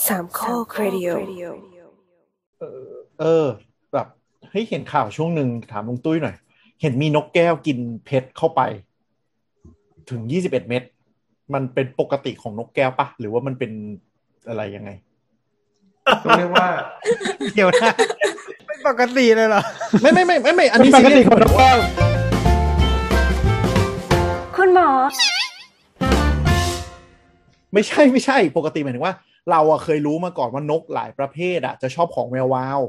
สามข้อครดิโอแบบให้เห็นข่าวช่วงหนึ่งถามลุงตุ้ยหน่อยเห็นมีนกแก้วกินเพชรเข้าไปถึง21เม็ดมันเป็นปกติของนกแก้วปะหรือว่ามันเป็นอะไรยังไงต้องเรียกว่าเดี๋ยวนะไม่ปกติเลยเหรอไม่อันนี้ปกติของนกแก้วคุณหมอไม่ใช่ปกติหมายถึงว่าเราเคยรู้มาก่อนว่านกหลายประเภทจะชอบของแวววาว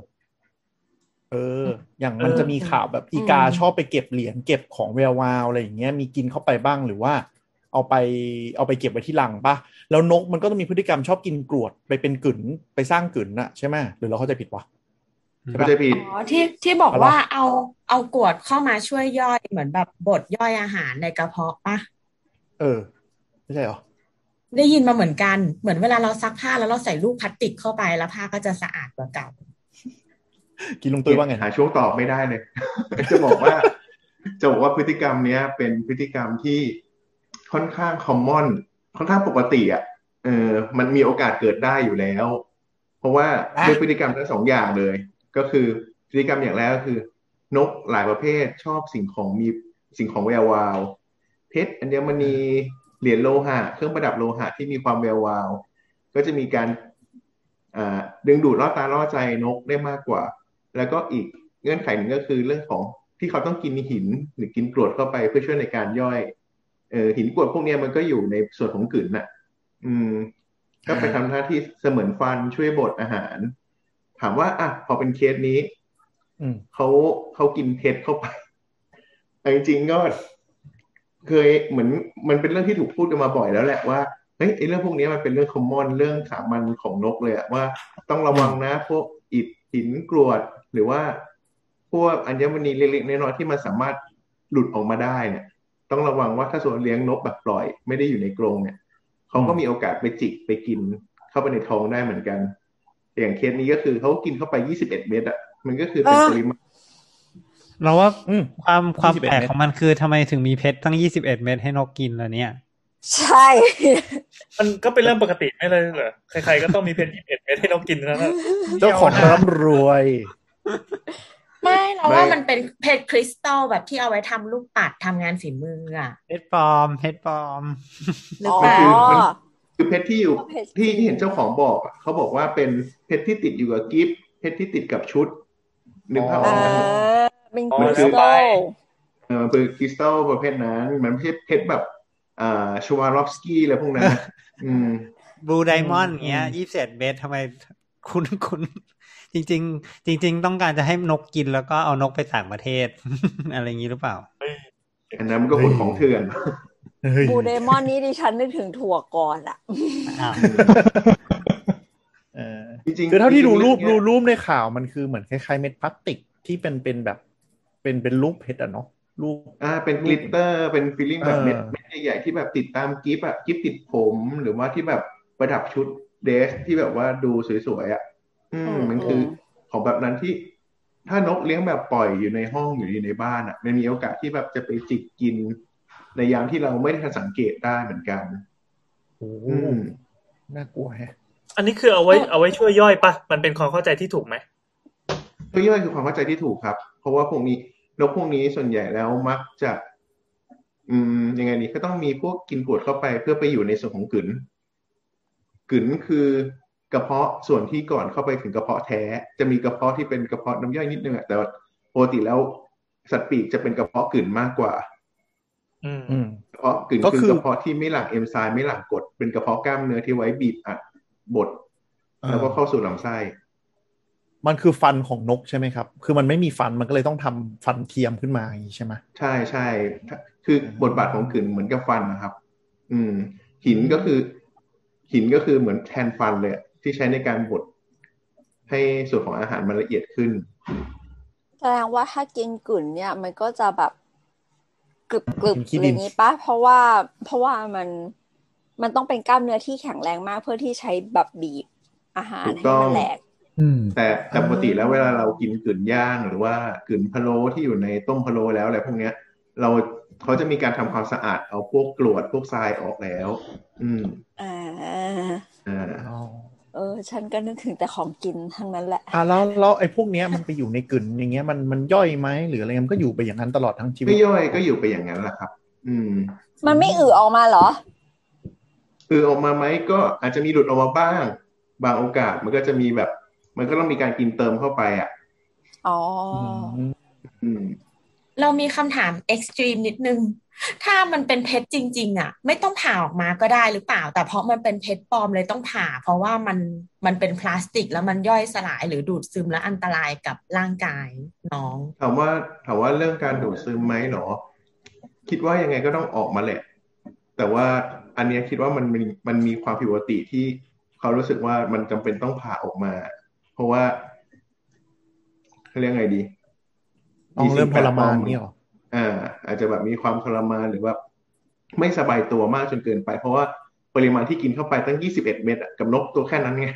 อย่างมันจะมีข่าวแบบอีกาชอบไปเก็บเหรียญเก็บของแวววาวอะไรอย่างเงี้ยมีกินเข้าไปบ้างหรือว่าเอาไปเก็บไว้ที่รังป่ะแล้วนกมันก็ต้องมีพฤติกรรมชอบกินกรวดไปเป็นกึ๋นไปสร้างกึ๋นน่ะใช่ไหมหรือเราเข้าใจผิดวะเข้าใจผิดที่บอกว่าเอากรวดเข้ามาช่วยย่อยเหมือนแบบบดย่อยอาหารในกระเพาะป่ะไม่ใช่หรอได้ยินมาเหมือนกันเหมือนเวลาเราซักผ้าแล้วเราใส่ลูกพลาสติกเข้าไปแล้วผ้าก็จะสะอาดกว่าเก่ากินลุงตุ้ยว่าไงหาช่วงตอบไม่ได้เลย จะบอกว่าพฤติกรรมเนี้ยเป็นพฤติกรรมที่ค่อนข้างคอมมอนค่อนข้างปกติมันมีโอกาสเกิดได้อยู่แล้วเพราะว่าด้วยพฤติกรรมทั้งสองอย่างเลยก็คือพฤติกรรมอย่างแรกก็คือนกหลายประเภทชอบสิ่งของแวววาวเพชรอัญมณีเหรียญโลหะเครื่องประดับโลหะที่มีความแวววาวก็จะมีการดึงดูดล่อตาล่อใจนกได้มากกว่าแล้วก็อีกเงื่อนไขหนึ่งก็คือเรื่องของที่เขาต้องกินหินหรือกินกรวดเข้าไปเพื่อช่วยในการย่อยหินกรวดพวกนี้มันก็อยู่ในส่วนของกลืนน่ะก็ไปทำหน้าที่เสมือนฟันช่วยบดอาหารถามว่าพอเป็นเคสนี้เขากินเพชรเข้าไปจริงๆก็เคยเหมือนมันเป็นเรื่องที่ถูกพูดกันมาบ่อยแล้วแหละว่าเฮ้ยไอ้เรื่องพวกนี้มันเป็นเรื่องคอมมอนเรื่องสามัญของนกเลยว่าต้องระวังนะพวกอิฐหินกรวดหรือว่าพวกอัญมณีเล็กๆน้อยๆที่มันสามารถหลุดออกมาได้เนี่ยต้องระวังว่าถ้าส่วนเลี้ยงนกแบบปล่อยไม่ได้อยู่ในกรงเนี่ยเขาก็มีโอกาสไปจิกไปกินเข้าไปในท้องได้เหมือนกันอย่างเคสนี้ก็คือเขากินเข้าไป21เม็ดมันก็คือเป็นปริมาณเราว่าความแปลกของมันคือทำไมถึงมีเพชรตั้ง21เม็ดให้นกกินล่ะเนี่ยใช่มันก็เป็นเรื่องปกติไม่เลยเหรอใครๆก็ต้องมีเพชร21เม็ดให้นกกินนะเจ้าของร่ำรวยไม่เราว่ามันเป็นเพชรคริสตัลแบบที่เอาไว้ทำลูกปัดทำงานฝีมือเพชรปลอมหรือเปล่าคือเพชรที่อยู่ที่เห็นเจ้าของบอกเขาบอกว่าเป็นเพชรที่ติดอยู่กับกิฟต์เพชรที่ติดกับชุดนึกภาพออกไหมเป็นคริสตัลมันคือคริสตัลประเภทนั้นมันไม่ใช่เพชรแบบชวาร็อกสกี้อะไรพวกนั้นบลูไดมอนด์เงี้ย21เม็ดทำไมคุณจริงต้องการจะให้นกกินแล้วก็เอานกไปต่างประเทศ อะไรอย่างนี้หรือเปล่าอันนั้นมันก็คนของเถื่อนบลูไดมอนด์นี้ดิฉันนึกถึงถั่วก่อนจริงๆคือเท่าที่ดูรูปในข่าวมันคือเหมือนคล้ายๆเม็ดพลาสติกที่เป็นแบบเป็นรูปเพชรเนาะรูปเป็นกลิตเตอร์เป็นฟีลลิ่งแบบเม็ดใหญ่ๆที่แบบติดตามกิฟต์กิฟต์ติดผมหรือว่าที่แบบประดับชุดเดรสที่แบบว่าดูสวยๆมันคือของแบบนั้นที่ถ้านกเลี้ยงแบบปล่อยอยู่ในห้องอยู่ในบ้านมันมีโอกาสที่แบบจะไปจิกกินในยามที่เราไม่ได้ทันสังเกตได้เหมือนกันน่ากลัวแฮะอันนี้คือเอาไว้ช่วยย่อยปะมันเป็นความเข้าใจที่ถูกไหมช่วยย่อยคือความเข้าใจที่ถูกครับเพราะว่าพวกนี้นกพวกนี้ส่วนใหญ่แล้วมักจะยังไงนี่ก็ต้องมีพวกกินกรวดเข้าไปเพื่อไปอยู่ในส่วนของกลืนคือกระเพาะส่วนที่ก่อนเข้าไปถึงกระเพาะแท้จะมีกระเพาะที่เป็นกระเพาะน้ำย่อยนิดนึงแต่ปกติแล้วสัตว์ปีกจะเป็นกระเพาะกลืนมากกว่ากระเพาะกลืนคือกระเพาะที่ไม่หลั่งเอนไซม์ไม่หลั่งกรดเป็นกระเพาะกล้ามเนื้อที่ไว้บีบอัดบดแล้วก็เข้าสู่ลำไส้มันคือฟันของนกใช่ไหมครับคือมันไม่มีฟันมันก็เลยต้องทำฟันเทียมขึ้นมาอย่างนี้ใช่ไหมใช่คือบทบาทของกลืนเหมือนกับฟันนะครับหินก็คือเหมือนแทนฟันเลยที่ใช้ในการบดให้ส่วนของอาหารมันละเอียดขึ้นแสดงว่าถ้ากินกลืนเนี่ยมันก็จะแบบกรึบอะไรอย่างนี้ป่ะเพราะว่ามันต้องเป็นกล้ามเนื้อที่แข็งแรงมากเพื่อที่ใช้แบบบีบอาหารให้มันแหลกแต่ปกติแล้วเวลาเรากินกลืนย่างหรือว่ากลืนพะโล้ที่อยู่ในต้มพะโล้แล้วอะไรพวกเนี้ยเขาจะมีการทำความสะอาดเอาพวกกรวดพวกทรายออกแล้วฉันก็นึกถึงแต่ของกินทั้งนั้นแหละแล้วไอ้พวกเนี้ยมันไปอยู่ในกลืนอย่างเงี้ยมันย่อยไหมหรืออะไรมันก็อยู่ไปอย่างนั้นตลอดทั้งชีวิตไม่ย่อยก็อยู่ไปอย่างนั้นแหละครับมันไม่ออกมาเหรอออกมาไหมก็อาจจะมีหลุดออกมาบ้างบางโอกาสมันก็จะมีแบบมันก็ต้องมีการกินเติมเข้าไปเรามีคำถามเอ็กซ์ตรีมนิดนึงถ้ามันเป็นเพชรจริงๆไม่ต้องผ่าออกมาก็ได้หรือเปล่าแต่เพราะมันเป็นเพชรปลอมเลยต้องผ่าเพราะว่ามันเป็นพลาสติกแล้วมันย่อยสลายหรือดูดซึมและอันตรายกับร่างกายน้องถามว่าเรื่องการดูดซึมไหมหรอคิดว่ายังไงก็ต้องออกมาแหละแต่ว่าอันนี้คิดว่ามันมีความผิดปกติที่เขารู้สึกว่ามันจำเป็นต้องผ่าออกมาเพราะว่าเขาเรียกไงดีต้องเริ่มทรมานนี่หรออาจจะแบบมีความทรมานหรือว่าไม่สบายตัวมากจนเกินไปเพราะว่าปริมาณที่กินเข้าไปตั้ง21เม็ดกับนกตัวแค่นั้นไง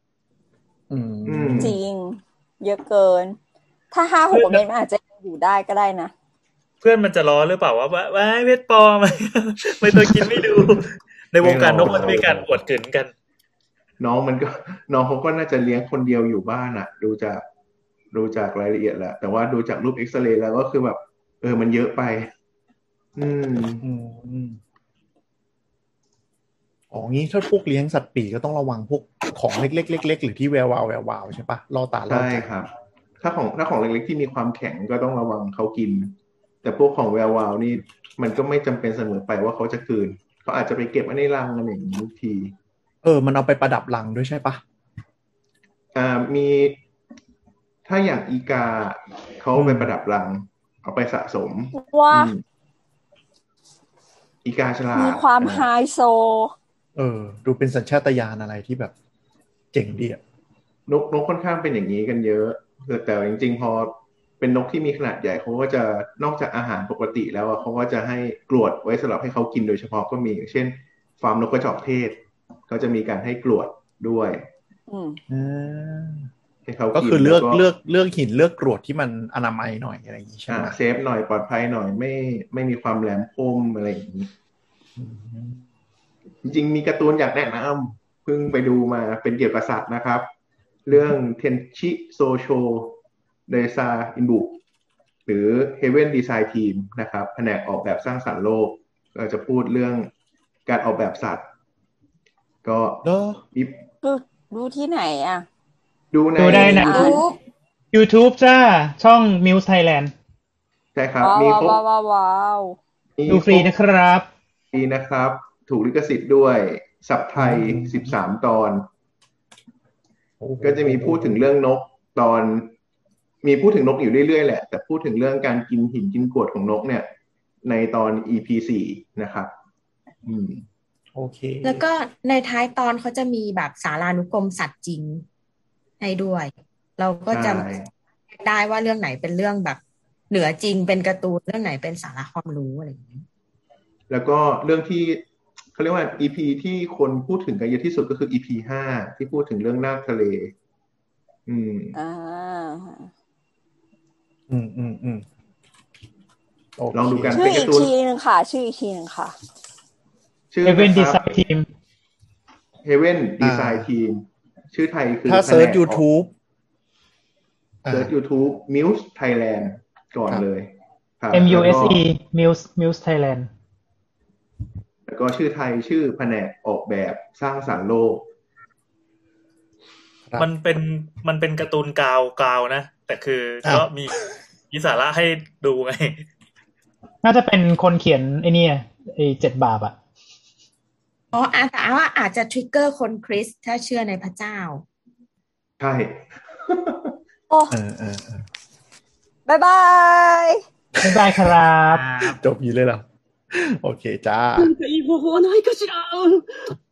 จริงเยอะเกินถ้า 5-6 เม็ดมันอาจจะอยู่ได้ก็ได้นะเพื่อนมันจะล้อหรือเปล่าว่าเพชรปลอมไม่ตัวกินไม่ดูในวงการนกมันจะมีการอวดกลืนกันน้องเขาก็น่าจะเลี้ยงคนเดียวอยู่บ้านดูจากรายละเอียดแหละแต่ว่าดูจากรูปเอ็กซเรย์แล้วก็คือแบบมันเยอะไปงี้ถ้าพวกเลี้ยงสัตว์ปีกก็ต้องระวังพวกของเล็กๆๆหรือที่แวววาวใช่ปะล่อตาล่อใจใช่ครับถ้าของเล็กๆที่มีความแข็งก็ต้องระวังเขากินแต่พวกของแววนี่มันก็ไม่จำเป็นเสมอไปว่าเขาจะคืนเขาอาจจะไปเก็บไว้ในรังอะไรอย่างนี้ทีมันเอาไปประดับรังด้วยใช่ปะมีถ้าอย่างอีกาเขาไปประดับรังเอาไปสะสมว่าอีกาฉลาดมีความไฮโซดูเป็นสัญชาตญาณอะไรที่แบบเจ๋งดีนกค่อนข้างเป็นอย่างนี้กันเยอะแต่จริงๆพอเป็นนกที่มีขนาดใหญ่เขาก็จะนอกจากอาหารปกติแล้วเขาก็จะให้กรวดไว้สำหรับให้เขากินโดยเฉพาะก็มีอย่างเช่นฟาร์มนกกระจอกเทศเขาจะมีการให้กรวดด้วยให้เขาก็คือเลือกหินเลือกกรวดที่มันอนามัยหน่อยอะไรอย่างนี้ใช่ไหมเซฟหน่อยปลอดภัยหน่อยไม่มีความแหลมคมอะไรอย่างนี้จริงๆมีการ์ตูนอยากแนะนำเพิ่งไปดูมาเป็นเกี่ยวกับสัตว์นะครับเรื่องเทนชิโซโชเดซาอินบุหรือ Heaven Design Team นะครับแผนกออกแบบสร้างสรรค์โลกเราจะพูดเรื่องการออกแบบสัตว์ก็ดูที่ไหนดูได้นะ YouTube จ้าช่อง Muse Thailand ใช่ครับมีว้าวดูฟรีนะครับฟรีนะครับถูกลิขสิทธิ์ด้วยซับไทย13 ตอนก็จะมีพูดถึงเรื่องนกมีพูดถึงนกอยู่เรื่อยๆแหละแต่พูดถึงเรื่องการกินหินกินกรวดของนกเนี่ยในตอน EP 4นะครับโอเคแล้วก็ในท้ายตอนเขาจะมีแบบสารานุกรมสัตว์จริงให้ด้วยเราก็จะได้ว่าเรื่องไหนเป็นเรื่องแบบเหนือจริงเป็นการ์ตูนเรื่องไหนเป็นสาระความรู้อะไรอย่างนี้แล้วก็เรื่องที่เขาเรียกว่า EP ที่คนพูดถึงกันเยอะที่สุดก็คือ EP 5ที่พูดถึงเรื่องนาคทะเลลองดูกันชื่ออีกทีนึงค่ะชื่อ Heaven Design Team Heaven Design Team ชื่อไทยคือถ้าเซิร์ช YouTube Muse Thailand ก่อนเลย MUSE Muse Thailand แล้วก็ชื่อไทยชื่อแผนกออกแบบสร้างสรรค์โลกมันเป็นการ์ตูนกาวนะแต่คือก็มีสาระให้ดูไงน่าจะเป็นคนเขียนไอ้นี่ไอ้7 บาปแต่ว่าอาจจะทริกเกอร์คนคริสถ้าเชื่อในพระเจ้าใช่บ๊ายบายครับจบอยู่เลยเหรอโอเคจ้า